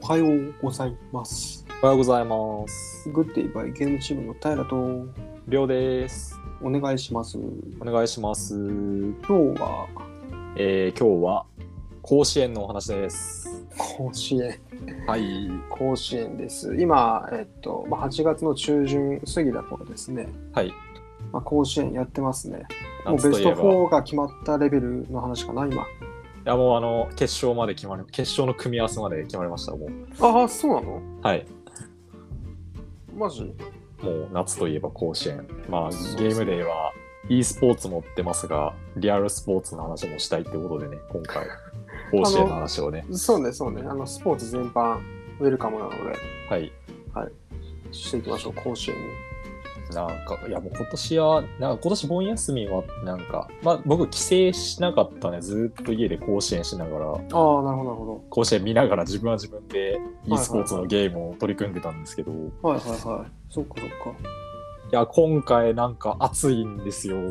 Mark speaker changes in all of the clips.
Speaker 1: はようございます。
Speaker 2: おはようございます。
Speaker 1: グッデイバイゲームチームの平と
Speaker 2: りょうです。
Speaker 1: お願いします。
Speaker 2: お願いします。
Speaker 1: 今日は、
Speaker 2: 今日は甲子園のお話です。
Speaker 1: 甲子園。
Speaker 2: はい。
Speaker 1: 甲子園です。今、8月の中旬過ぎだ頃ですね。
Speaker 2: はい。
Speaker 1: 甲子園やってますね。もうベスト4が決まったレベルの話かな、今。
Speaker 2: いやもう決勝まで決勝の組み合わせまで決まりましたもう。
Speaker 1: ああ、そうなの？
Speaker 2: はい。
Speaker 1: マジ？
Speaker 2: もう夏といえば甲子園。ゲームデーは e スポーツ持ってますが、リアルスポーツの話もしたいってことでね、今回甲子園の話をね。
Speaker 1: そうね。スポーツ全般ウェルカムなので、
Speaker 2: はい。
Speaker 1: していきましょう、甲子園に。
Speaker 2: もう今年盆休みは僕帰省しなかったね。ずっと家で甲子園しながら。
Speaker 1: ああ、なるほどなるほど。
Speaker 2: 甲子園見ながら自分は自分で e スポーツのゲームを取り組んでたんですけど。
Speaker 1: そっか。
Speaker 2: いや、今回熱いんですよ。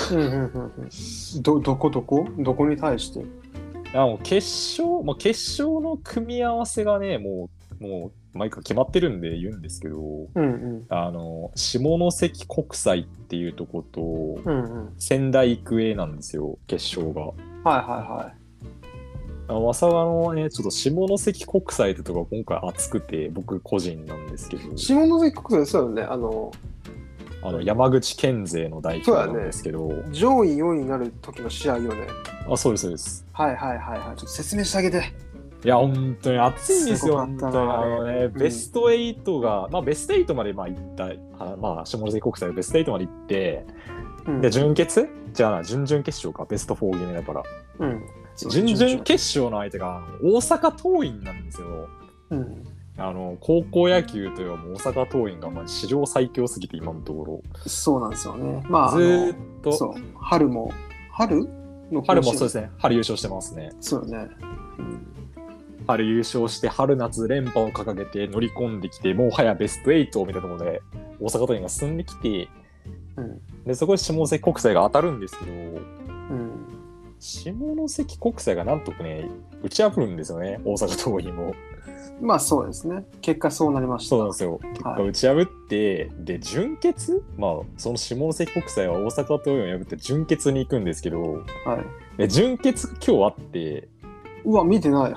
Speaker 1: どこに対して？
Speaker 2: いや、もう決勝の組み合わせがね、もう毎回決まってるんで言うんですけど、下関国際っていうとこと、仙台育英なんですよ、決勝が。まさかのね、ちょっと下関国際ってとこが今回熱くて、僕個人なんですけど。
Speaker 1: 下関国際そうよね。
Speaker 2: 山口県勢の代表なんですけど、
Speaker 1: 上位4位になる時の試合よね。
Speaker 2: そうですそうです。
Speaker 1: ちょっと説明してあげて。
Speaker 2: いや本当に熱いんですよ。本当にベスト8が、ベスト8まで行った下関国際ベスト8まで行って、で準々決勝か、ベスト4決めだから、準々決勝の相手が大阪桐蔭なんですよ。高校野球というもう大阪桐蔭が史上最強すぎて、今のところ。
Speaker 1: そうなんですよね。
Speaker 2: ずっと
Speaker 1: 春も
Speaker 2: そうですね。春優勝してますね。
Speaker 1: そうよね。
Speaker 2: 春優勝して春夏連覇を掲げて乗り込んできて、もはやベスト8を見たところで大阪桐蔭が進んできて、でそこで下関国際が当たるんですけど、下関国際がなんとね打ち破るんですよね、大阪桐蔭も。
Speaker 1: そうですね。結果そうなりました。
Speaker 2: そうなんですよ。結果打ち破って、で準決、その下関国際は大阪桐蔭を破って準決に行くんですけど、で準決今日あって、
Speaker 1: うわ、見てない。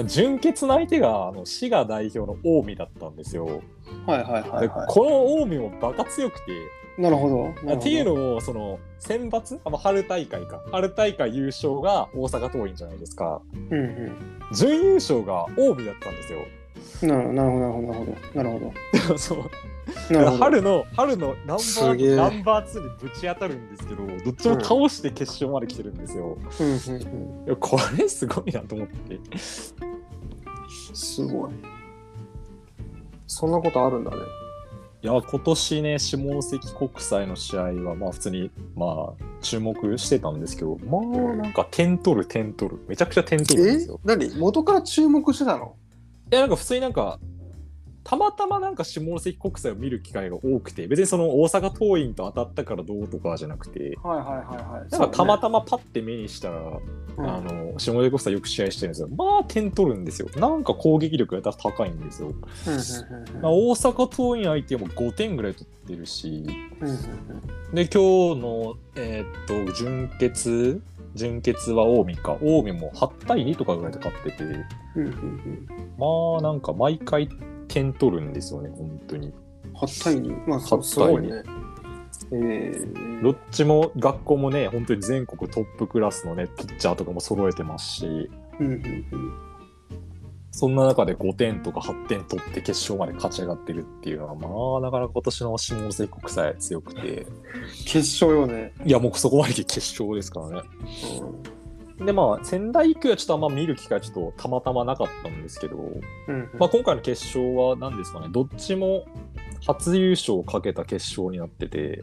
Speaker 2: 準決の相手が滋賀代表の近江だったんですよ。でこの近江もバカ強くて。
Speaker 1: なるほど。
Speaker 2: っていうのも、その選抜春大会優勝が大阪桐蔭じゃないですか。準優勝が近江だったんですよ。
Speaker 1: なるほど。
Speaker 2: そう春のナンバー2にぶち当たるんですけど、どっちも倒して決勝まで来てるんですよ。これすごいなと思って。
Speaker 1: すごい。そんなことあるんだね。
Speaker 2: いや、今年ね、下関国際の試合は普通に注目してたんですけど、点取るめちゃくちゃ点取るんですよ。
Speaker 1: 何？元から注目してたの？
Speaker 2: いや、普通にたまたま下関国際を見る機会が多くて、別にその大阪桐蔭と当たったからどうとかじゃなくて、たまたまパッて目にしたら、下関国際よく試合してるんですよ。点取るんですよ。攻撃力が高いんですよ。大阪桐蔭相手も5点ぐらい取ってるし、で今日の準決は近江も8対2とかぐらいで勝ってて、毎回点取るんですよね、本当に。
Speaker 1: 8対2。
Speaker 2: 8対2。どっちも学校もね、本当に全国トップクラスのね、ピッチャーとかも揃えてますし、そんな中で5点とか8点取って決勝まで勝ち上がってるっていうのは、なかなか今年の下関国際強くて。
Speaker 1: 決勝よね。
Speaker 2: いや、もうそこまで決勝ですからね。で仙台育英はちょっとあんま見る機会たまたまなかったんですけど、今回の決勝は何ですかね、どっちも初優勝をかけた決勝になってて、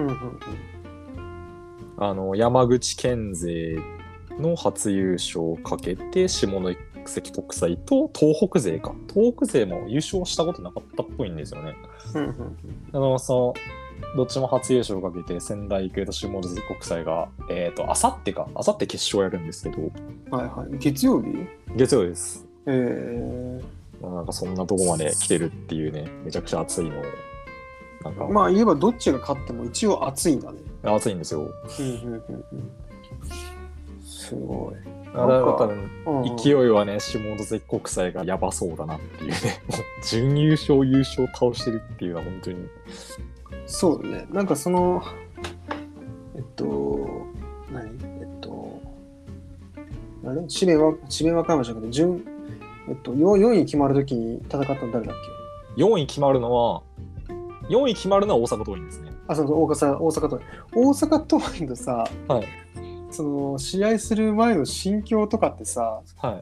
Speaker 2: 山口県勢の初優勝をかけて下関国際と東北勢も優勝したことなかったっぽいんですよね。どっちも初優勝をかけて仙台育英と下関国際があさって決勝やるんですけど、
Speaker 1: 月曜日？
Speaker 2: 月曜日です。 なんかそんなとこまで来てるっていうね、めちゃくちゃ熱いのを。なんか
Speaker 1: まあ言えばどっちが勝っても一応熱いんだね。
Speaker 2: 熱いんですよ。
Speaker 1: すごい。
Speaker 2: だから多分、勢いはね、下関国際がやばそうだなっていうね、もう準優勝、優勝倒してるっていうのは本当に。
Speaker 1: そうだね。なんかその、あれ智弁和歌山じゃなくて、4位決まるときに戦ったの誰だっけ？
Speaker 2: 4位決まるのは大阪桐蔭ですね。
Speaker 1: あ、そうそう、大阪桐蔭。大阪桐蔭とさ、
Speaker 2: はい、
Speaker 1: その試合する前の心境とかってさ、
Speaker 2: はい、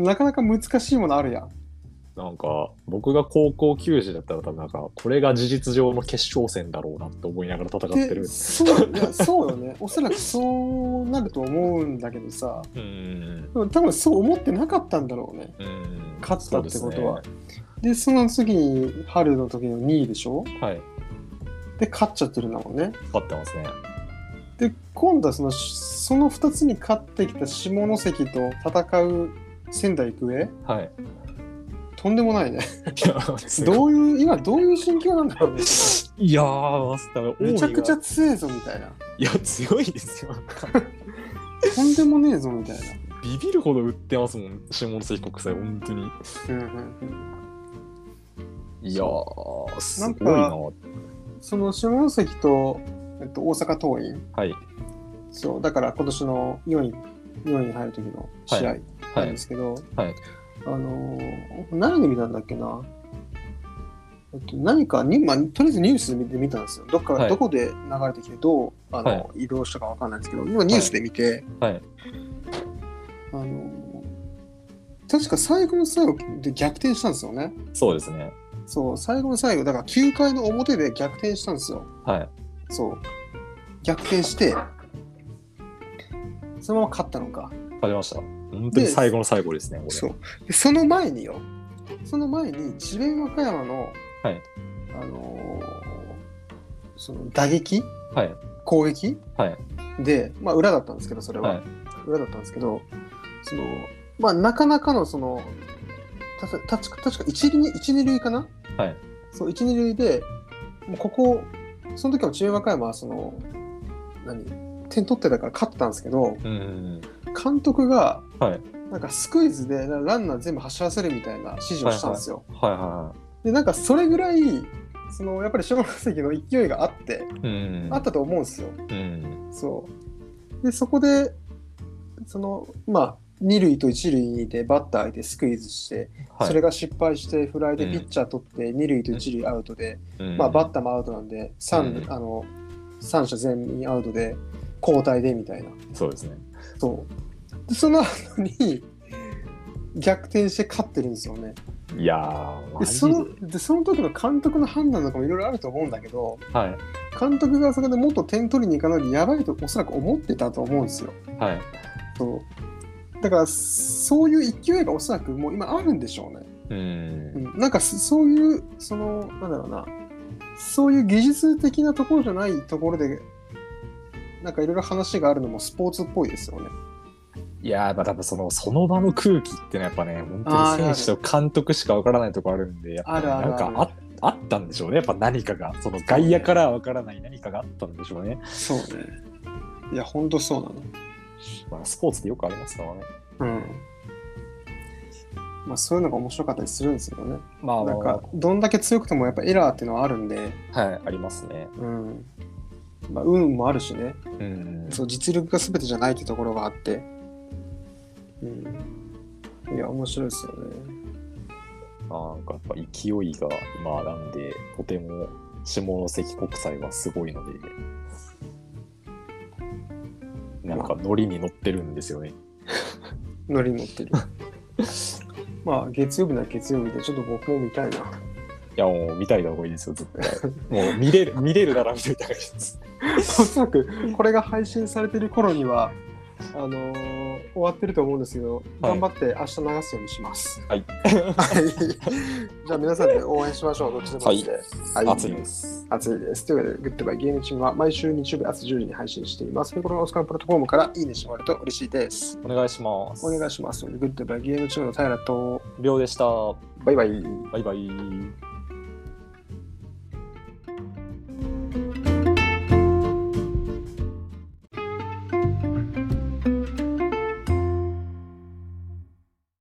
Speaker 1: なかなか難しいものあるやん。
Speaker 2: なんか僕が高校球児だったら多分なんかこれが事実上の決勝戦だろうなって思いながら戦ってる。
Speaker 1: そうよね。おそらくそうなると思うんだけどさ、でも多分そう思ってなかったんだろうね。勝ったってことは。で、その次に春の時の2位でしょ？
Speaker 2: はい。
Speaker 1: で、勝っちゃってるんだもんね。
Speaker 2: 勝ってますね。
Speaker 1: で、今度はその2つに勝ってきた下関と戦う仙台育英？はい。とんでもないね。今どういう心境なんだろうね。
Speaker 2: いやー、
Speaker 1: めちゃくちゃ強いぞみたいな。
Speaker 2: いや、強いですよ。
Speaker 1: とんでもねえぞみたいな。
Speaker 2: ビビるほど売ってますもん、下関国際、本当に。いやー、すごいな。
Speaker 1: その下関と、大阪桐蔭。
Speaker 2: はい。
Speaker 1: そう、だから今年の4位に入る時の試合なんですけど、はい何で見たんだっけな。何かに、とりあえずニュースで見たんですよ。どこで流れてきてどう移動したかわかんないんですけど、今ニュースで見て、確か最後の最後で逆転したんですよね。
Speaker 2: そうですね。
Speaker 1: そう、最後の最後、だから9回の表で逆転したんですよ。はい。そう。逆転して、そのまま勝ったのか。
Speaker 2: 勝ちました。本当に最後の最後ですね、これ。
Speaker 1: そう。でその前に智弁和歌山の、はい、その打撃、はい、攻撃、はい、で、裏だったんですけど、それは、はい、裏だったんですけど、そのなかなかのその確か1、2塁かな、はい、そう1、2塁で、もうその時は智弁和歌山は点取ってたから勝ってたんですけど、監督が、なんかスクイズでランナー全部走らせるみたいな指示をしたんですよ。で、なんかそれぐらい、やっぱり下関の勢いがあって、あったと思うんですよ。そう。で、そこで、2塁と1塁でバッター相手スクイズして、それが失敗してフライでピッチャー取って2塁と1塁アウトで、バッターもアウトなんで、3者全員アウトで交代でみたいな。そうですね。そう。でその後に逆転して勝ってるんですよね。いやー、その時の監督の判断とかもいろいろあると思うんだけど、監督がそこでもっと点取りに行かないとやばいとおそらく思ってたと思うんですよ。そうだからそういう勢いがおそらくもう今あるんでしょうね。なんかそういうなんだろうな、そういう技術的なところじゃないところでなんかいろいろ話があるのもスポーツっぽいですよね。いやー、多分その場の空気ってのはやっぱね、本当に選手と監督しかわからないところあるんで、やっぱなんかあったんでしょうね。やっぱ何かが、その外野からはわからない何かがあったんでしょうね。そうね。いや、本当そうなの。スポーツでよくありますからね。そういうのが面白かったりするんですよね。なんかどんだけ強くてもやっぱエラーっていうのはあるんで。はい、ありますね。運もあるしね。そう、実力が全てじゃないってところがあって。いや、面白いですよね。なんかやっぱ勢いが今なんで、とても下関国際はすごいので、なんかノリに乗ってるんですよね。ノリに乗ってる。月曜日なら月曜日でちょっと僕も見たいな。いや、もう見たい方がいいですよ、絶対。もう見れるなら見といた方がいいです。おそらくこれが配信されてる頃には終わってると思うんですけど、頑張って明日流すようにします。はい。じゃあ皆さんで応援しましょう。どっちでもいいんで。はい。熱いです。 暑いです。というわけで、グッドバイゲームチームは毎週日曜日朝10時に配信しています。このオスカープラットフォームからいいねしてもらえると嬉しいです。
Speaker 2: お願いします。
Speaker 1: お願いします。グッドバイゲームチームの平と、
Speaker 2: りょうでした。
Speaker 1: バイバイ。
Speaker 2: バイバイ。